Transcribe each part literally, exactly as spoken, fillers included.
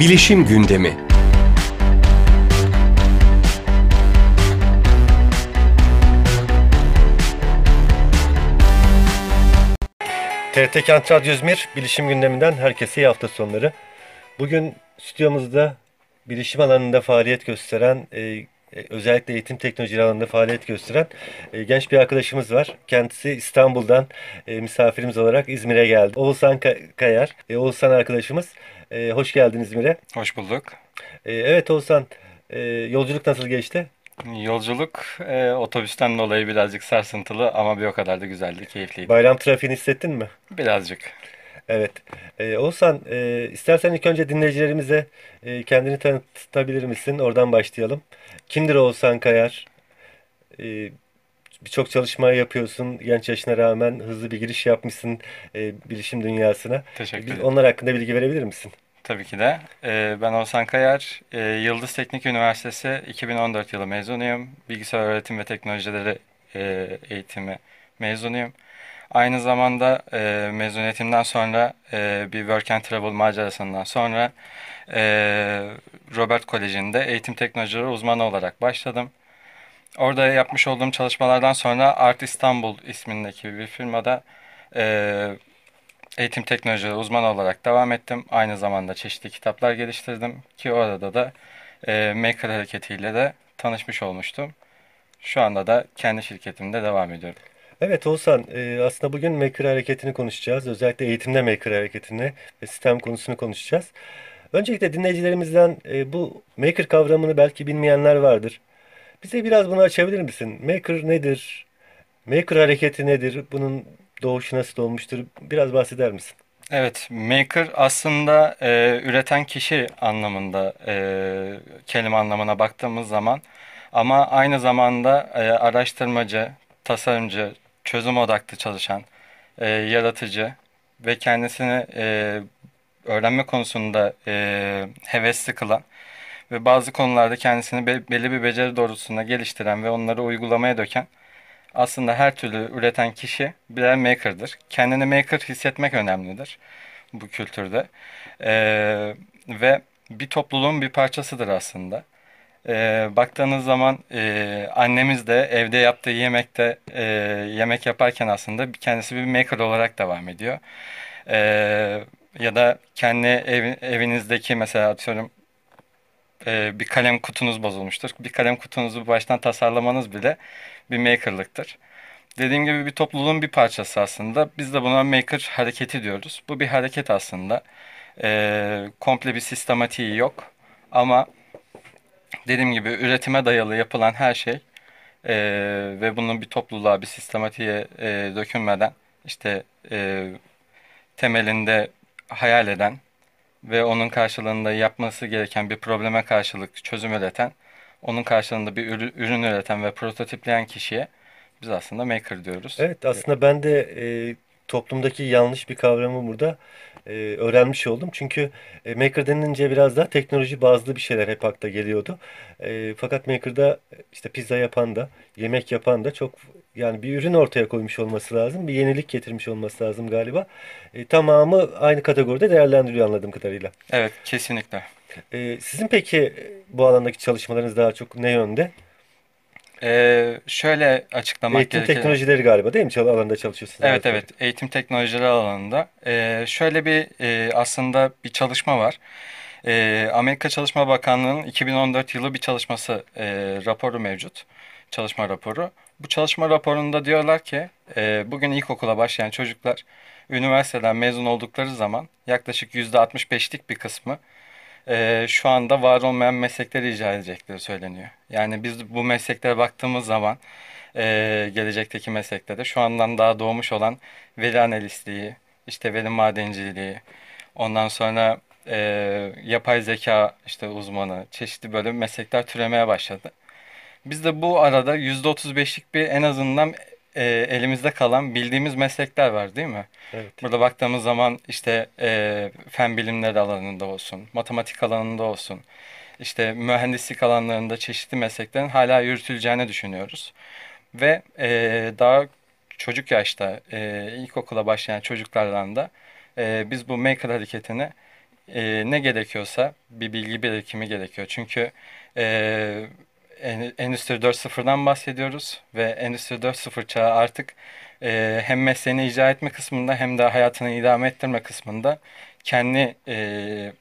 Bilişim gündemi. T R T Kent Radyo İzmir Bilişim Gündeminden herkese iyi hafta sonları. Bugün stüdyomuzda bilişim alanında faaliyet gösteren, e, e, özellikle eğitim teknolojileri alanında faaliyet gösteren e, genç bir arkadaşımız var. Kendisi İstanbul'dan e, misafirimiz olarak İzmir'e geldi. Oğuzhan Ka- Kayar. E, Oğuzhan arkadaşımız. E, hoş geldin İzmir'e. Hoş bulduk. E, evet Oğuzhan, e, yolculuk nasıl geçti? Yolculuk e, otobüsten dolayı birazcık sarsıntılı ama bir o kadar da güzeldi, keyifliydi. Bayram trafiğini hissettin mi? Birazcık. Evet. Ee, Oğuzhan, e, istersen ilk önce dinleyicilerimize e, kendini tanıtabilir misin? Oradan başlayalım. Kimdir Oğuzhan Kayar? Ee, Birçok çalışma yapıyorsun. Genç yaşına rağmen hızlı bir giriş yapmışsın e, bilişim dünyasına. E, Teşekkür Biz ederim. onlar hakkında bilgi verebilir misin? Tabii ki de. E, ben Oğuzhan Kayar, e, Yıldız Teknik Üniversitesi iki bin on dört yılı mezunuyum. Bilgisayar öğretim ve teknolojileri e, eğitimi mezunuyum. Aynı zamanda e, mezuniyetimden sonra e, bir Work and Travel macerasından sonra e, Robert Koleji'nde eğitim teknolojileri uzmanı olarak başladım. Orada yapmış olduğum çalışmalardan sonra Art İstanbul ismindeki bir firmada e, eğitim teknolojileri uzmanı olarak devam ettim. Aynı zamanda çeşitli kitaplar geliştirdim ki orada da e, Maker hareketiyle de tanışmış olmuştum. Şu anda da kendi şirketimde devam ediyorum. Evet Oğuzhan, e, aslında bugün Maker hareketini konuşacağız. Özellikle eğitimde Maker hareketini ve sistem konusunu konuşacağız. Öncelikle dinleyicilerimizden e, bu Maker kavramını belki bilmeyenler vardır. Bize biraz bunu açabilir misin? Maker nedir? Maker hareketi nedir? Bunun doğuşu nasıl olmuştur? Biraz bahseder misin? Evet, maker aslında e, üreten kişi anlamında e, kelime anlamına baktığımız zaman ama aynı zamanda e, araştırmacı, tasarımcı, çözüm odaklı çalışan, e, yaratıcı ve kendisini e, öğrenme konusunda e, hevesli kılan ve bazı konularda kendisini be- belli bir beceri doğrultusunda geliştiren ve onları uygulamaya döken aslında her türlü üreten kişi birer maker'dır. Kendini maker hissetmek önemlidir bu kültürde. Ee, ve bir topluluğun bir parçasıdır aslında. Ee, baktığınız zaman e, annemiz de evde yaptığı yemekte e, yemek yaparken aslında kendisi bir maker olarak devam ediyor. Ee, ya da kendi ev- evinizdeki mesela atıyorum e, bir kalem kutunuz bozulmuştur. Bir kalem kutunuzu baştan tasarlamanız bile bir makerlıktır. Dediğim gibi bir topluluğun bir parçası aslında. Biz de buna maker hareketi diyoruz. Bu bir hareket aslında. Ee, komple bir sistematiği yok. Ama dediğim gibi üretime dayalı yapılan her şey ee, ve bunun bir topluluğa, bir sistematiğe ee, dökülmeden işte ee, temelinde hayal eden ve onun karşılığında yapması gereken bir probleme karşılık çözüm üreten, onun karşılığında bir ürü- ürün üreten ve prototipleyen kişiye biz aslında maker diyoruz. Evet, aslında ben de e, toplumdaki yanlış bir kavramı burada e, öğrenmiş oldum. Çünkü e, Maker denilince biraz daha teknoloji bazlı bir şeyler hep akla geliyordu. E, fakat Maker'da e, işte pizza yapan da, yemek yapan da çok yani bir ürün ortaya koymuş olması lazım. Bir yenilik getirmiş olması lazım galiba. E, tamamı aynı kategoride değerlendiriliyor anladığım kadarıyla. Evet, kesinlikle. E, sizin peki e, bu alandaki çalışmalarınız daha çok ne yönde? Ee, şöyle açıklamak Eğitim gerekir. teknolojileri galiba değil mi? Çal alanda çalışıyorsunuz Evet, anladığım evet, kadarıyla. eğitim teknolojileri alanında. Ee, şöyle bir e, aslında bir çalışma var. Ee, Amerika Çalışma Bakanlığı'nın iki bin on dört yılı bir çalışması e, raporu mevcut. Çalışma raporu. Bu çalışma raporunda diyorlar ki e, bugün ilkokula başlayan çocuklar üniversiteden mezun oldukları zaman yaklaşık yüzde altmış beşlik bir kısmı e, şu anda var olmayan meslekleri icra edecekleri söyleniyor. Yani biz bu mesleklere baktığımız zaman e, gelecekteki mesleklerde şu andan daha doğmuş olan veri analistliği, işte veri madenciliği, ondan sonra e, yapay zeka işte uzmanı, çeşitli böyle meslekler türemeye başladı. Biz de bu arada yüzde otuz beşlik bir en azından e, elimizde kalan bildiğimiz meslekler var değil mi? Evet. Burada baktığımız zaman işte e, fen bilimleri alanında olsun, matematik alanında olsun, işte mühendislik alanlarında çeşitli mesleklerin hala yürütüleceğini düşünüyoruz. Ve e, daha çocuk yaşta e, ilkokula başlayan çocuklardan da e, biz bu maker hareketini e, ne gerekiyorsa bir bilgi birikimi gerekiyor. Çünkü e, en- Endüstri dört nokta sıfırdan bahsediyoruz ve Endüstri dört nokta sıfır çağı artık e, hem mesleğini icra etme kısmında hem de hayatını idame ettirme kısmında kendi e,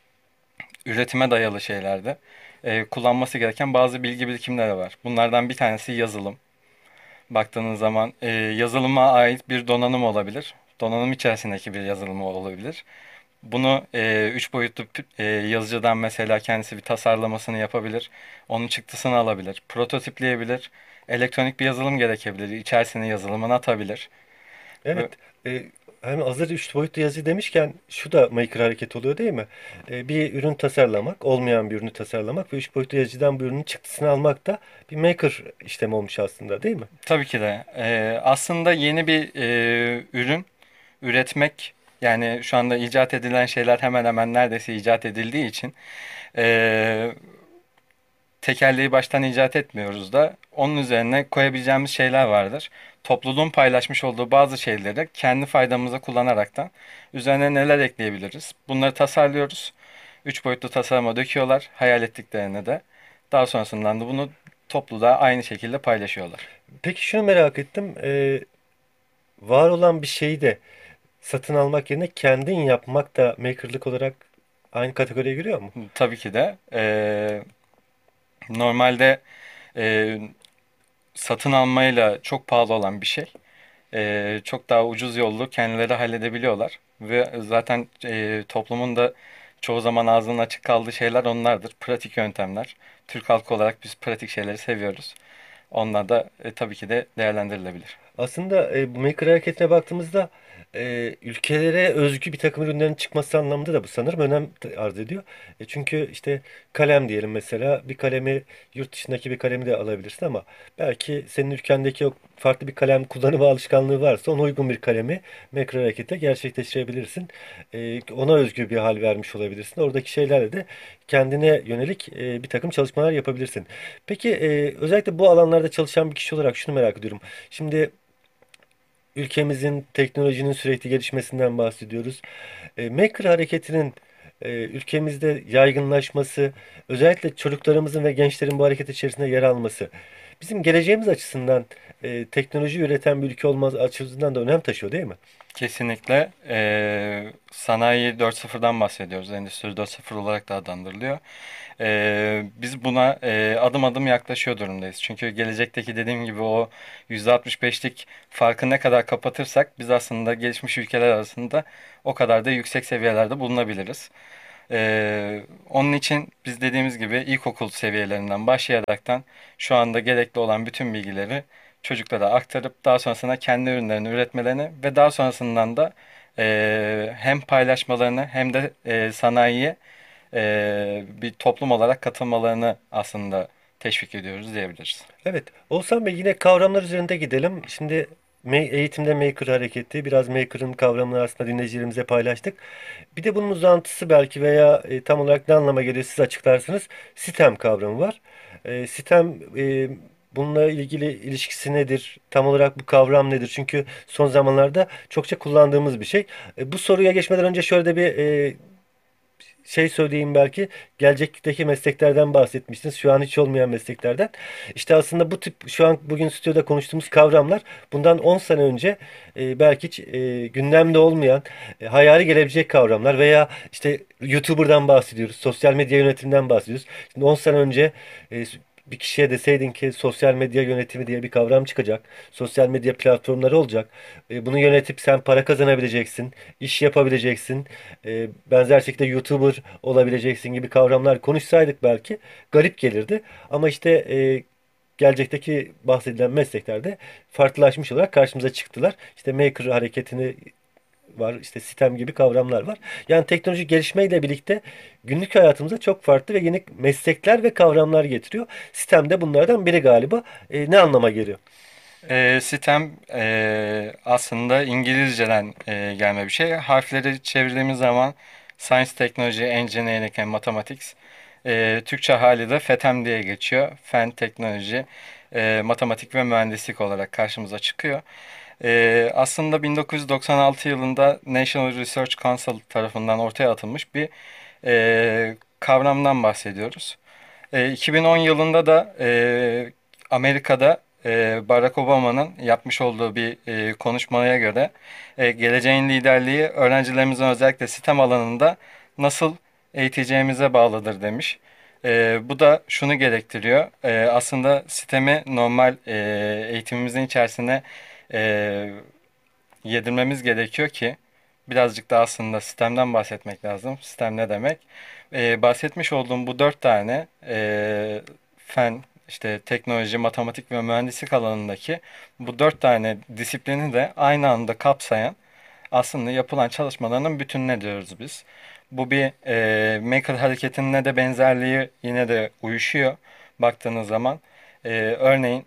üretime dayalı şeylerde e, kullanması gereken bazı bilgi birikimleri var. Bunlardan bir tanesi yazılım. Baktığınız zaman e, yazılıma ait bir donanım olabilir. Donanım içerisindeki bir yazılım olabilir. Bunu e, üç boyutlu e, yazıcıdan mesela kendisi bir tasarlamasını yapabilir. Onun çıktısını alabilir. Prototipleyebilir. Elektronik bir yazılım gerekebilir. İçerisine yazılımını atabilir. Evet. Ve E, Hem hazır üç boyutlu yazı demişken şu da maker hareket oluyor değil mi? E, bir ürün tasarlamak, olmayan bir ürünü tasarlamak ve üç boyutlu yazıcıdan bu ürünün çıktısını almak da bir maker işlemi olmuş aslında değil mi? tabii ki de e, aslında yeni bir e, ürün üretmek, yani şu anda icat edilen şeyler hemen hemen neredeyse icat edildiği için e, tekerleği baştan icat etmiyoruz da onun üzerine koyabileceğimiz şeyler vardır. Topluluğun paylaşmış olduğu bazı şeyleri kendi faydamıza kullanaraktan üzerine neler ekleyebiliriz? Bunları tasarlıyoruz. Üç boyutlu tasarıma döküyorlar hayal ettiklerini de. Daha sonrasından da bunu topluluğa aynı şekilde paylaşıyorlar. Peki şunu merak ettim. E, var olan bir şeyi de satın almak yerine kendin yapmak da makerlık olarak aynı kategoriye giriyor mu? Tabii ki de eee, normalde eee, satın almayla çok pahalı olan bir şey. Eee, çok daha ucuz yollu kendileri halledebiliyorlar. Ve zaten eee, toplumun da çoğu zaman ağzının açık kaldığı şeyler onlardır. Pratik yöntemler. Türk halkı olarak biz pratik şeyleri seviyoruz. Onlar da e, tabii ki de değerlendirilebilir. Aslında e, bu maker hareketine baktığımızda e, ülkelere özgü bir takım ürünlerin çıkması anlamında da bu sanırım önem t- arz ediyor. E, çünkü işte kalem diyelim mesela bir kalemi yurt dışındaki bir kalemi de alabilirsin ama belki senin ülkendeki o farklı bir kalem kullanımı alışkanlığı varsa ona uygun bir kalemi maker hareketle gerçekleştirebilirsin. E, ona özgü bir hal vermiş olabilirsin. Oradaki şeylerle de kendine yönelik e, bir takım çalışmalar yapabilirsin. Peki e, özellikle bu alanlarda çalışan bir kişi olarak şunu merak ediyorum. Şimdi ülkemizin teknolojinin sürekli gelişmesinden bahsediyoruz. E, Maker hareketinin e, ülkemizde yaygınlaşması, özellikle çocuklarımızın ve gençlerin bu hareket içerisinde yer alması, bizim geleceğimiz açısından e, teknoloji üreten bir ülke olmaz açısından da önem taşıyor değil mi? Kesinlikle eee, sanayi dört nokta sıfırdan bahsediyoruz. Endüstri dört nokta sıfır olarak da adlandırılıyor. Eee, biz buna eee, adım adım yaklaşıyor durumdayız. Çünkü gelecekteki dediğim gibi o yüzde altmış beşlik farkı ne kadar kapatırsak biz aslında gelişmiş ülkeler arasında o kadar da yüksek seviyelerde bulunabiliriz. Eee, onun için biz dediğimiz gibi ilkokul seviyelerinden başlayaraktan şu anda gerekli olan bütün bilgileri çocuklara aktarıp daha sonrasında kendi ürünlerini üretmelerini ve daha sonrasından da eee, hem paylaşmalarını hem de eee, sanayiye eee, bir toplum olarak katılmalarını aslında teşvik ediyoruz diyebiliriz. Evet. Oğuzhan Bey yine kavramlar üzerinde gidelim. Şimdi me- eğitimde maker hareketi, biraz maker'ın kavramını aslında dinleyicilerimize paylaştık. Bir de bunun uzantısı belki veya e, tam olarak ne anlama geliyor siz açıklarsınız. Sistem kavramı var. E, sistem e, bununla ilgili ilişkisi nedir? Tam olarak bu kavram nedir? Çünkü son zamanlarda çokça kullandığımız bir şey. E, bu soruya geçmeden önce şöyle de bir e, şey söyleyeyim belki gelecekteki mesleklerden bahsetmiştiniz. Şu an hiç olmayan mesleklerden. İşte aslında bu tip şu an bugün stüdyoda konuştuğumuz kavramlar bundan on sene önce e, belki hiç e, gündemde olmayan e, hayali gelebilecek kavramlar veya işte YouTuber'dan bahsediyoruz. Sosyal medya yönetiminden bahsediyoruz. Şimdi on sene önce e, bir kişiye deseydin ki sosyal medya yönetimi diye bir kavram çıkacak. Sosyal medya platformları olacak. E, bunu yönetip sen para kazanabileceksin, iş yapabileceksin. E, benzer şekilde YouTuber olabileceksin gibi kavramlar konuşsaydık belki garip gelirdi. Ama işte e, gelecekteki bahsedilen mesleklerde farklılaşmış olarak karşımıza çıktılar. İşte maker hareketini var, işte sistem gibi kavramlar var. Yani teknoloji gelişmeyle birlikte günlük hayatımıza çok farklı ve yeni meslekler ve kavramlar getiriyor. Sistem de bunlardan biri galiba. E, ne anlama geliyor? Eee sistem eee, aslında İngilizceden eee, gelme bir şey. Harfleri çevirdiğimiz zaman Science, Technology, Engineering and Mathematics. Eee, Türkçe hali de FETEM diye geçiyor. Fen, Teknoloji, eee, Matematik ve Mühendislik olarak karşımıza çıkıyor. E, aslında bin dokuz yüz doksan altı yılında National Research Council tarafından ortaya atılmış bir e, kavramdan bahsediyoruz. E, iki bin on yılında da e, Amerika'da e, Barack Obama'nın yapmış olduğu bir e, konuşmaya göre e, geleceğin liderliği öğrencilerimizin özellikle sistem alanında nasıl eğiteceğimize bağlıdır demiş. E, bu da şunu gerektiriyor. E, aslında sistemi normal e, eğitimimizin içerisine e, yedirmemiz gerekiyor ki birazcık da aslında sistemden bahsetmek lazım. Sistem ne demek? Ee, bahsetmiş olduğum bu dört tane e, fen, işte teknoloji, matematik ve mühendislik alanındaki bu dört tane disiplini de aynı anda kapsayan aslında yapılan çalışmaların bütününe diyoruz biz. Bu bir e, maker hareketine de benzerliği yine de uyuşuyor baktığınız zaman. E, örneğin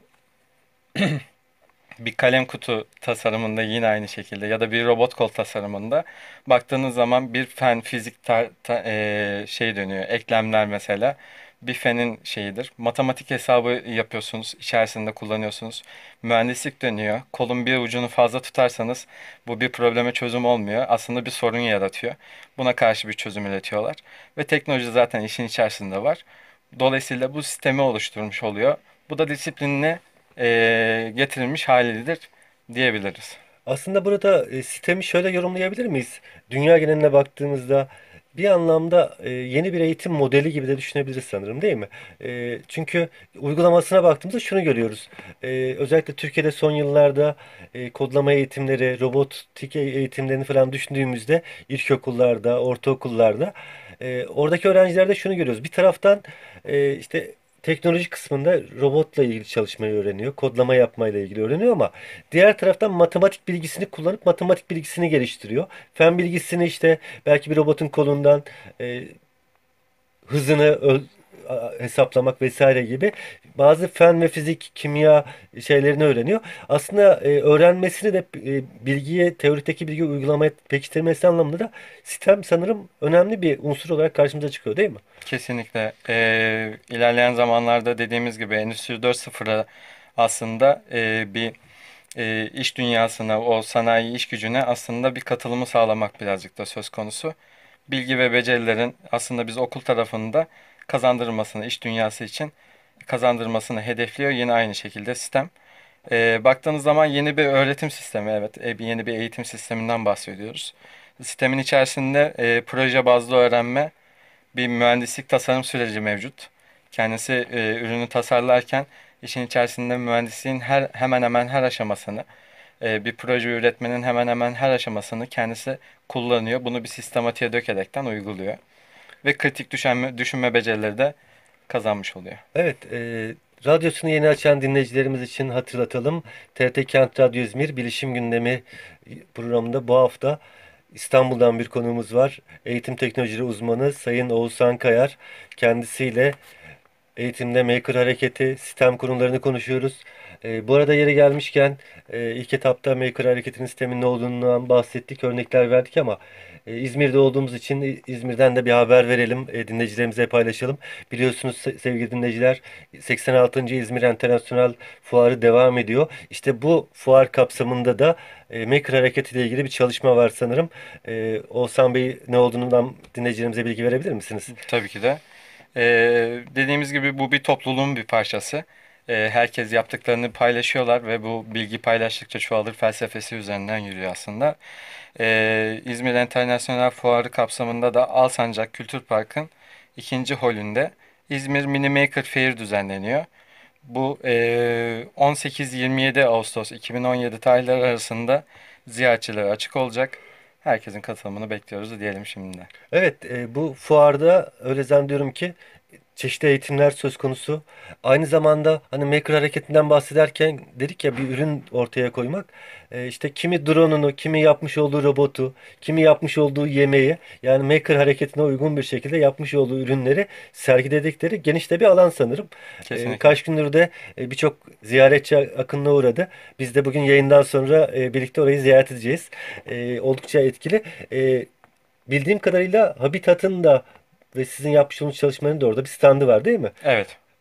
bir kalem kutu tasarımında yine aynı şekilde ya da bir robot kol tasarımında baktığınız zaman bir fen fizik ta- ta- eee, şey dönüyor. Eklemler mesela bir fenin şeyidir. Matematik hesabı yapıyorsunuz, içerisinde kullanıyorsunuz. Mühendislik dönüyor. Kolun bir ucunu fazla tutarsanız bu bir probleme çözüm olmuyor. Aslında bir sorun yaratıyor. Buna karşı bir çözüm üretiyorlar. Ve teknoloji zaten işin içerisinde var. Dolayısıyla bu sistemi oluşturmuş oluyor. Bu da disiplinini e, getirilmiş halidir diyebiliriz. Aslında burada e, sistemi şöyle yorumlayabilir miyiz? Dünya geneline baktığımızda bir anlamda e, yeni bir eğitim modeli gibi de düşünebiliriz sanırım, değil mi? E, çünkü uygulamasına baktığımızda şunu görüyoruz. E, özellikle Türkiye'de son yıllarda e, kodlama eğitimleri, robotik e- eğitimlerini falan düşündüğümüzde ilkokullarda, ortaokullarda e, oradaki öğrencilerde şunu görüyoruz. Bir taraftan e, işte teknoloji kısmında robotla ilgili çalışmayı öğreniyor, kodlama yapmayla ilgili öğreniyor ama diğer taraftan matematik bilgisini kullanıp matematik bilgisini geliştiriyor. Fen bilgisini işte belki bir robotun kolundan e, hızını öl- a- hesaplamak vesaire gibi bazı fen ve fizik, kimya şeylerini öğreniyor. Aslında e, öğrenmesini de e, bilgiye, teorideki bilgiyi uygulamaya pekiştirmesi anlamında da sistem sanırım önemli bir unsur olarak karşımıza çıkıyor, değil mi? Kesinlikle. E, ilerleyen zamanlarda dediğimiz gibi Endüstri dört nokta sıfıra aslında e, bir e, iş dünyasına, o sanayi iş gücüne aslında bir katılımı sağlamak birazcık da söz konusu. Bilgi ve becerilerin aslında biz okul tarafında kazandırılmasını, iş dünyası için kazandırılmasını hedefliyor. Yine aynı şekilde sistem. Ee, baktığınız zaman yeni bir öğretim sistemi, evet, e, bir yeni bir eğitim sisteminden bahsediyoruz. Sistemin içerisinde e, proje bazlı öğrenme, bir mühendislik tasarım süreci mevcut. Kendisi e, ürünü tasarlarken işin içerisinde mühendisliğin her hemen hemen her aşamasını, e, bir proje üretmenin hemen hemen her aşamasını kendisi kullanıyor. Bunu bir sistematiğe dökerekten uyguluyor ve kritik düşünme, düşünme becerileri de kazanmış oluyor. Evet, e, radyosunu yeni açan dinleyicilerimiz için hatırlatalım. T R T Kent Radyo İzmir Bilişim Gündemi programında bu hafta İstanbul'dan bir konuğumuz var. Eğitim teknolojileri uzmanı Sayın Oğuzhan Kayar. Kendisiyle eğitimde Maker Hareketi, sistem kurumlarını konuşuyoruz. E, bu arada yeri gelmişken e, ilk etapta Maker Hareketi'nin sistemin ne olduğundan bahsettik, örnekler verdik ama e, İzmir'de olduğumuz için İ- İzmir'den de bir haber verelim, e, dinleyicilerimize paylaşalım. Biliyorsunuz se- sevgili dinleyiciler, seksen altıncı. İzmir Enternasyonel Fuarı devam ediyor. İşte bu fuar kapsamında da e, Maker Hareketi ile ilgili bir çalışma var sanırım. E, Oğuzhan Bey, ne olduğundan dinleyicilerimize bilgi verebilir misiniz? Tabii ki de. Ee, dediğimiz gibi bu bir topluluğun bir parçası. Ee, herkes yaptıklarını paylaşıyorlar ve bu bilgi paylaştıkça çoğalır felsefesi üzerinden yürüyor aslında. Ee, İzmir Internasyonel Fuarı kapsamında da Alsancak Kültür Park'ın ikinci holünde İzmir Mini Maker Fair düzenleniyor. Bu e, on sekiz yirmi yedi Ağustos iki bin on yedi tarihleri arasında ziyaretçilere açık olacak. Herkesin katılımını bekliyoruz diyelim şimdiden. Evet, e, bu fuarda öyle zannediyorum ki çeşitli eğitimler söz konusu. Aynı zamanda hani maker hareketinden bahsederken dedik ya, bir ürün ortaya koymak. E, işte kimi drone'unu, kimi yapmış olduğu robotu, kimi yapmış olduğu yemeği, yani maker hareketine uygun bir şekilde yapmış olduğu ürünleri sergiledikleri geniş de bir alan sanırım. E, Kesinlikle. kaç gündür de e, birçok ziyaretçi akınına uğradı. Biz de bugün yayından sonra e, birlikte orayı ziyaret edeceğiz. E, oldukça etkili. E, Bildiğim kadarıyla Habitat'ın da ve sizin yapmış olduğunuz çalışmanın da orada bir standı var, değil mi? Evet.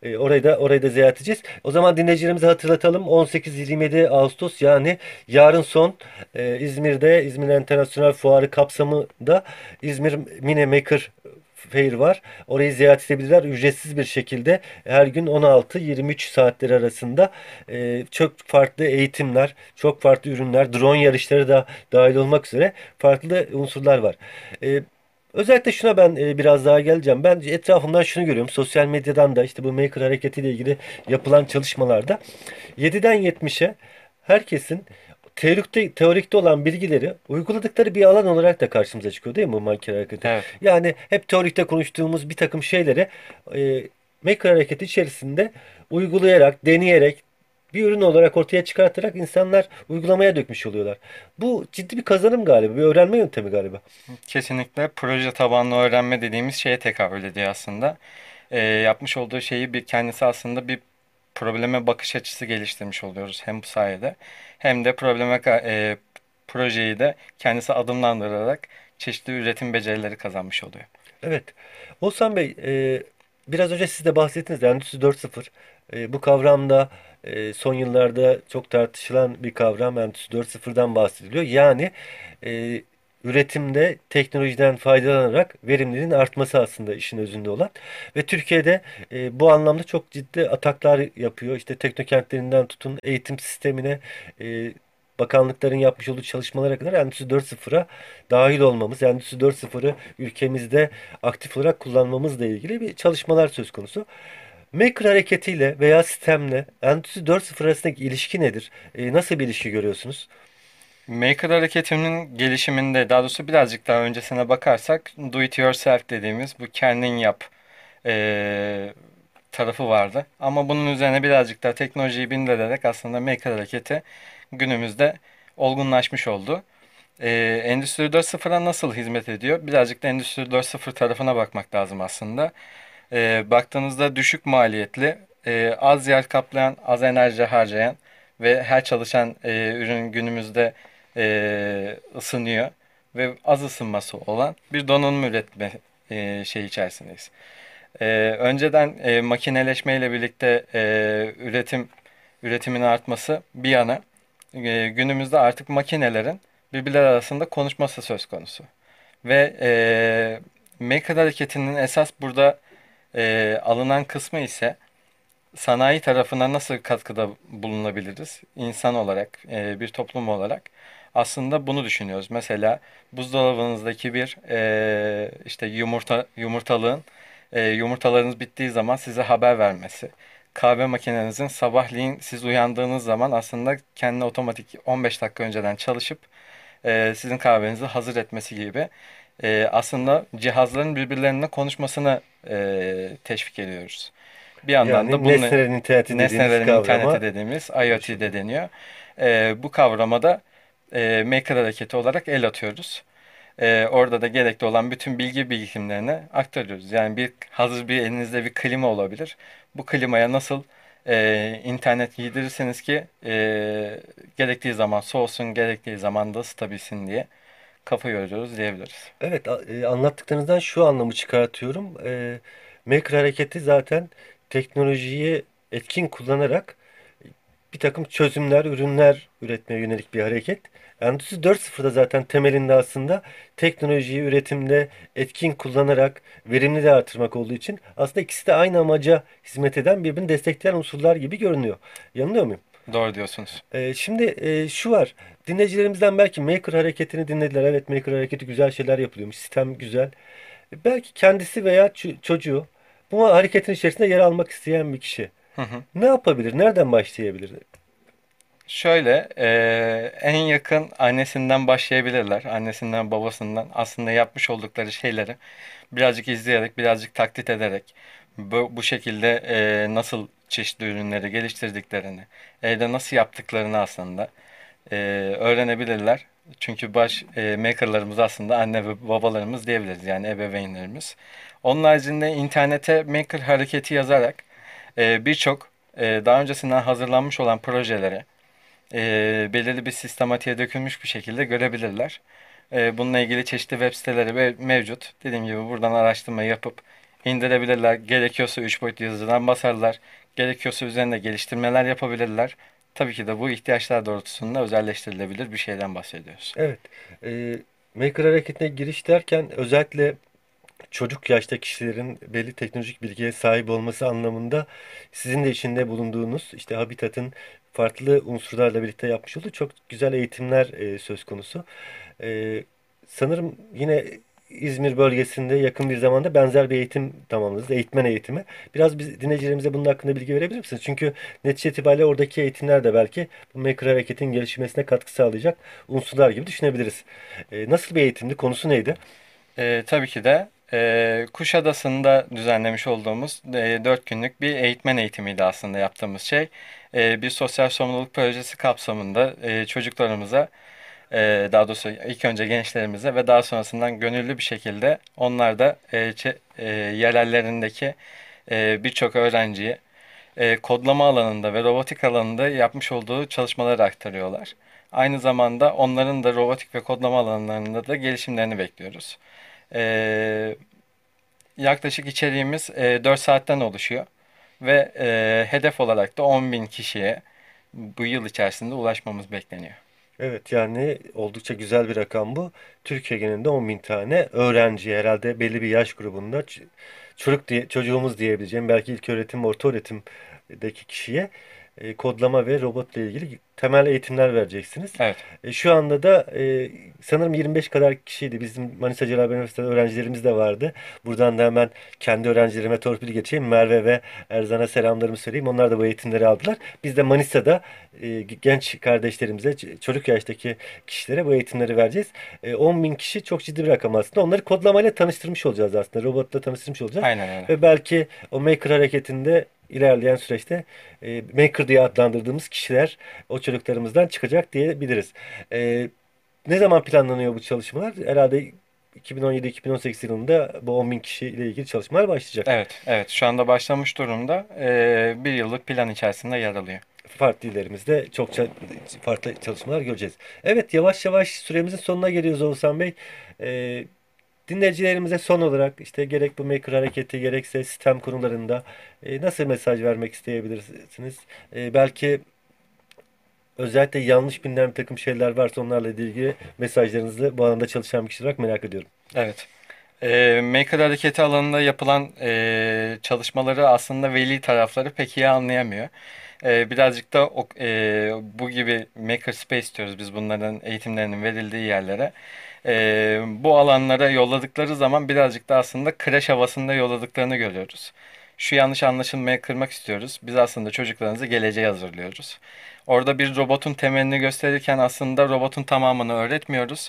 E, orayı da orayı da ziyaret edeceğiz. O zaman dinleyicilerimize hatırlatalım. on sekiz yirmi yedi Ağustos, yani yarın son, e, İzmir'de İzmir Enternasyonel Fuarı kapsamında İzmir Mine Maker Fair var. Orayı ziyaret edebilirler ücretsiz bir şekilde. Her gün on altı yirmi üç saatleri arasında e, çok farklı eğitimler, çok farklı ürünler, drone yarışları da dahil olmak üzere farklı unsurlar var. E, Özellikle şuna ben e, biraz daha geleceğim. Ben etrafımdan şunu görüyorum. Sosyal medyadan da işte bu Maker hareketiyle ilgili yapılan çalışmalarda yediden yetmişe herkesin teorikte, teorikte olan bilgileri uyguladıkları bir alan olarak da karşımıza çıkıyor değil mi bu Maker hareketi? Evet. Yani hep teorikte konuştuğumuz bir takım şeyleri e, Maker hareketi içerisinde uygulayarak, deneyerek, bir ürün olarak ortaya çıkartarak insanlar uygulamaya dökmüş oluyorlar. Bu ciddi bir kazanım galiba, bir öğrenme yöntemi galiba. Kesinlikle proje tabanlı öğrenme dediğimiz şeye tekabül ediyor aslında. Ee, yapmış olduğu şeyi bir kendisi aslında bir probleme bakış açısı geliştirmiş oluyoruz hem bu sayede hem de probleme ka- e, projeyi de kendisi adımlandırarak çeşitli üretim becerileri kazanmış oluyor. Evet. Oğuzhan Bey, e, biraz önce siz de bahsettiniz. Endüstri dört nokta sıfır. E, bu kavramda e, son yıllarda çok tartışılan bir kavram. Endüstri dört nokta sıfırdan bahsediliyor. Yani e, üretimde teknolojiden faydalanarak verimliliğin artması aslında işin özünde olan. Ve Türkiye'de e, bu anlamda çok ciddi ataklar yapıyor. İşte teknokentlerinden tutun eğitim sistemine, e, bakanlıkların yapmış olduğu çalışmalara kadar Endüstri dört nokta sıfıra dahil olmamız, Endüstri dört nokta sıfırı ülkemizde aktif olarak kullanmamızla ilgili bir çalışmalar söz konusu. Maker hareketiyle veya sistemle Endüstri dört nokta sıfır arasındaki ilişki nedir? E, nasıl bir ilişki görüyorsunuz? Maker hareketinin gelişiminde daha doğrusu birazcık daha öncesine bakarsak do it yourself dediğimiz bu kendin yap e, tarafı vardı. Ama bunun üzerine birazcık daha teknolojiyi bindirerek aslında Maker hareketi günümüzde olgunlaşmış oldu. Ee, Endüstri dört nokta sıfıra nasıl hizmet ediyor? Birazcık da Endüstri dört nokta sıfır tarafına bakmak lazım aslında. Ee, baktığınızda düşük maliyetli, e, az yer kaplayan, az enerji harcayan ve her çalışan e, ürün günümüzde e, ısınıyor ve az ısınması olan bir donanım üretme e, şey içerisindeyiz. Ee, önceden e, makineleşmeyle birlikte e, üretim üretimin artması bir yana e, günümüzde artık makinelerin birbirleri arasında konuşması söz konusu. Ve e, Maker hareketinin esas burada e, alınan kısmı ise sanayi tarafına nasıl katkıda bulunabiliriz? İnsan olarak, e, bir toplum olarak aslında bunu düşünüyoruz. Mesela buzdolabınızdaki bir e, işte yumurta yumurtalığın e, yumurtalarınız bittiği zaman size haber vermesi. Kahve makinenizin sabahleyin siz uyandığınız zaman aslında kendi otomatik on beş dakika önceden çalışıp e, sizin kahvenizi hazır etmesi gibi e, aslında cihazların birbirlerine konuşmasını e, teşvik ediyoruz. Bir yandan da Yani bununla nesnelerin interneti dediğimiz nesnelerin interneti kavrama dediğimiz ulaşıldı. I o T de deniyor. E, bu kavrama da e, Maker hareketi olarak el atıyoruz. E, orada da gerekli olan bütün bilgi birikimlerini aktarıyoruz. Yani bir hazır bir elinizde bir klima olabilir. Bu klimaya nasıl e, internet giydirirseniz ki e, gerektiği zaman soğusun, gerektiği zaman da ısıtabilsin diye kafa yoruyoruz diyebiliriz. Evet, a- e, anlattıklarınızdan şu anlamı çıkartıyorum. E, Maker hareketi zaten teknolojiyi etkin kullanarak bir takım çözümler, ürünler üretmeye yönelik bir hareket. Endüstri dört nokta sıfırda zaten temelinde aslında teknolojiyi üretimde etkin kullanarak verimliliği artırmak olduğu için aslında ikisi de aynı amaca hizmet eden, birbirini destekleyen unsurlar gibi görünüyor. Yanılıyor muyum? Doğru diyorsunuz. Ee, şimdi e, şu var. Dinleyicilerimizden belki Maker hareketini dinlediler. Evet, Maker hareketi güzel şeyler yapılıyormuş. Sistem güzel. E, Belki kendisi veya ç- çocuğu bu hareketin içerisinde yer almak isteyen bir kişi Hı hı. ne yapabilir? Nereden başlayabilir? Şöyle, eee, en yakın annesinden başlayabilirler. Annesinden, babasından aslında yapmış oldukları şeyleri birazcık izleyerek, birazcık taklit ederek bu, bu şekilde eee, nasıl çeşitli ürünleri geliştirdiklerini, evde nasıl yaptıklarını aslında eee, öğrenebilirler. Çünkü baş eee, makerlarımız aslında anne ve babalarımız diyebiliriz yani ebeveynlerimiz. Onun haricinde internete maker hareketi yazarak eee, birçok eee, daha öncesinden hazırlanmış olan projeleri e, belirli bir sistematiğe dökülmüş bir şekilde görebilirler. E, bununla ilgili çeşitli web siteleri ve mevcut. Dediğim gibi buradan araştırma yapıp indirebilirler. Gerekiyorsa üç boyutlu yazıcıdan basarlar. Gerekiyorsa üzerinde geliştirmeler yapabilirler. Tabii ki de bu ihtiyaçlar doğrultusunda özelleştirilebilir bir şeyden bahsediyoruz. Evet. E, Maker hareketine giriş derken özellikle çocuk yaşta kişilerin belli teknolojik bilgiye sahip olması anlamında sizin de içinde bulunduğunuz işte Habitat'ın farklı unsurlarla birlikte yapmış olduğu çok güzel eğitimler e, söz konusu. E, Sanırım yine İzmir bölgesinde yakın bir zamanda benzer bir eğitim tamamladınız. Eğitmen eğitimi. Biraz biz dinleyicilerimize bunun hakkında bilgi verebilir misiniz? Çünkü netice itibariyle oradaki eğitimler de belki bu Maker hareketin gelişmesine katkı sağlayacak unsurlar gibi düşünebiliriz. E, nasıl bir eğitimdi? Konusu neydi? Ee, tabii ki de e, Kuşadası'nda düzenlemiş olduğumuz e, dört günlük bir eğitmen eğitimiydi aslında yaptığımız şey. E, bir sosyal sorumluluk projesi kapsamında e, çocuklarımıza, e, daha doğrusu ilk önce gençlerimize ve daha sonrasından gönüllü bir şekilde onlar da e, çe- e, yerellerindeki e, birçok öğrenciye e, kodlama alanında ve robotik alanında yapmış olduğu çalışmaları aktarıyorlar. Aynı zamanda onların da robotik ve kodlama alanlarında da gelişimlerini bekliyoruz. E, Yaklaşık içeriğimiz e, dört saatten oluşuyor ve e, hedef olarak da on bin kişiye bu yıl içerisinde ulaşmamız bekleniyor. Evet, yani oldukça güzel bir rakam bu. Türkiye genelinde on bin tane öğrenci herhalde belli bir yaş grubunda ç- çocuk diye, çocuğumuz diyebileceğim belki ilköğretim, orta öğretimdeki kişiye e, kodlama ve robotla ilgili temel eğitimler vereceksiniz. Evet, E, şu anda da e, sanırım yirmi beş kadar kişiydi. Bizim Manisa Celal Üniversitesi'nde öğrencilerimiz de vardı. Buradan da hemen kendi öğrencilerime torpil geçeyim. Merve ve Erzan'a selamlarımı söyleyeyim. Onlar da bu eğitimleri aldılar. Biz de Manisa'da e, genç kardeşlerimize, ç- çocuk yaştaki kişilere bu eğitimleri vereceğiz. E, on bin kişi çok ciddi bir rakam aslında. Onları kodlamayla tanıştırmış olacağız aslında. Robotla tanıştırmış olacağız. aynen öyle. Ve belki o Maker hareketinde ilerleyen süreçte e, Maker diye adlandırdığımız kişiler o çocuklarımızdan çıkacak diyebiliriz. E, Ne zaman planlanıyor bu çalışmalar? Herhalde iki bin on yedi-iki bin on sekiz yılında bu on bin kişiyle ilgili çalışmalar başlayacak. Evet, evet. Şu anda başlamış durumda. E, bir yıllık plan içerisinde yer alıyor. Farklı illerimizde çokça farklı çalışmalar göreceğiz. Evet, yavaş yavaş süremizin sonuna geliyoruz Oğuzhan Bey. E, Dinleyicilerimize son olarak işte gerek bu Maker hareketi gerekse sistem konularında e, nasıl mesaj vermek isteyebilirsiniz? E, belki özellikle yanlış bilinen bir takım şeyler varsa onlarla ilgili mesajlarınızı bu alanda çalışan bir kişi olarak merak ediyorum. Evet. E, Maker hareketi alanında yapılan e, çalışmaları aslında veli tarafları pek iyi anlayamıyor. E, birazcık da o, e, bu gibi maker space diyoruz biz bunların eğitimlerinin verildiği yerlere. E, bu alanlara yolladıkları zaman birazcık da aslında kreş havasında yolladıklarını görüyoruz. Şu yanlış anlaşılmaya kırmak istiyoruz. Biz aslında çocuklarınızı geleceğe hazırlıyoruz. Orada bir robotun temelini gösterirken aslında robotun tamamını öğretmiyoruz.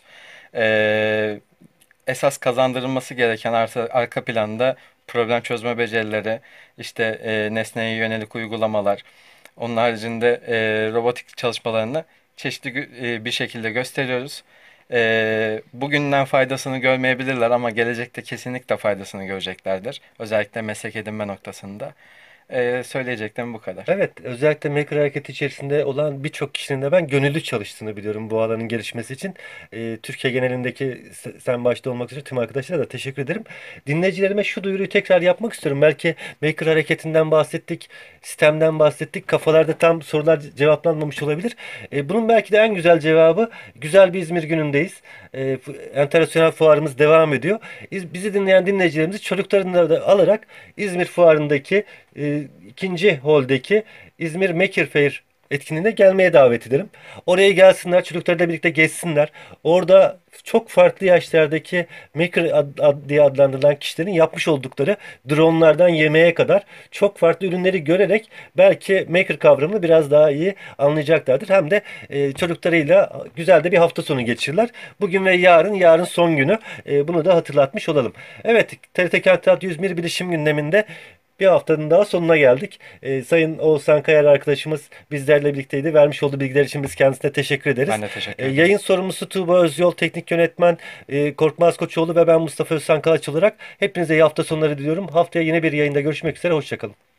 E, Esas kazandırılması gereken arka, arka planda problem çözme becerileri, işte e, nesneye yönelik uygulamalar, onun haricinde e, robotik çalışmalarını çeşitli gü- e, bir şekilde gösteriyoruz. E, bugünden faydasını görmeyebilirler ama gelecekte kesinlikle faydasını göreceklerdir. Özellikle meslek edinme noktasında. E, söyleyeceklerim bu kadar. Evet, özellikle Maker hareketi içerisinde olan birçok kişinin de ben gönüllü çalıştığını biliyorum bu alanın gelişmesi için. Ee, Türkiye genelindeki s- sen başta olmak üzere tüm arkadaşlara da teşekkür ederim. Dinleyicilerime şu duyuruyu tekrar yapmak istiyorum. Belki Maker hareketinden bahsettik, sistemden bahsettik. Kafalarda tam sorular cevaplanmamış olabilir. Ee, bunun belki de en güzel cevabı güzel bir İzmir günündeyiz. Ee, fu- Enternasyonel fuarımız devam ediyor. İz- Bizi dinleyen dinleyicilerimizi çocuklarını da alarak İzmir fuarındaki e, ikinci holdeki İzmir Maker Fair etkinliğine gelmeye davet ederim. Oraya gelsinler, çocuklarıyla birlikte gezsinler. Orada çok farklı yaşlardaki Maker ad, ad- diye adlandırılan kişilerin yapmış oldukları dronlardan yemeğe kadar çok farklı ürünleri görerek belki Maker kavramını biraz daha iyi anlayacaklardır. Hem de e, çocuklarıyla güzel de bir hafta sonu geçirirler. Bugün ve yarın, yarın son günü. E, bunu da hatırlatmış olalım. Evet, T R T Kent Radyo İzmir Bilişim gündeminde bir haftanın daha sonuna geldik. Ee, Sayın Oğuzhan Kayar arkadaşımız bizlerle birlikteydi. Vermiş olduğu bilgiler için biz kendisine teşekkür ederiz. Ben de teşekkür Ee, ederim. yayın sorumlusu Tuğba Özyol, teknik yönetmen e, Korkmaz Koçoğlu ve ben Mustafa Özsan Kalaç olarak hepinize iyi hafta sonları diliyorum. Haftaya yine bir yayında görüşmek üzere. Hoşçakalın.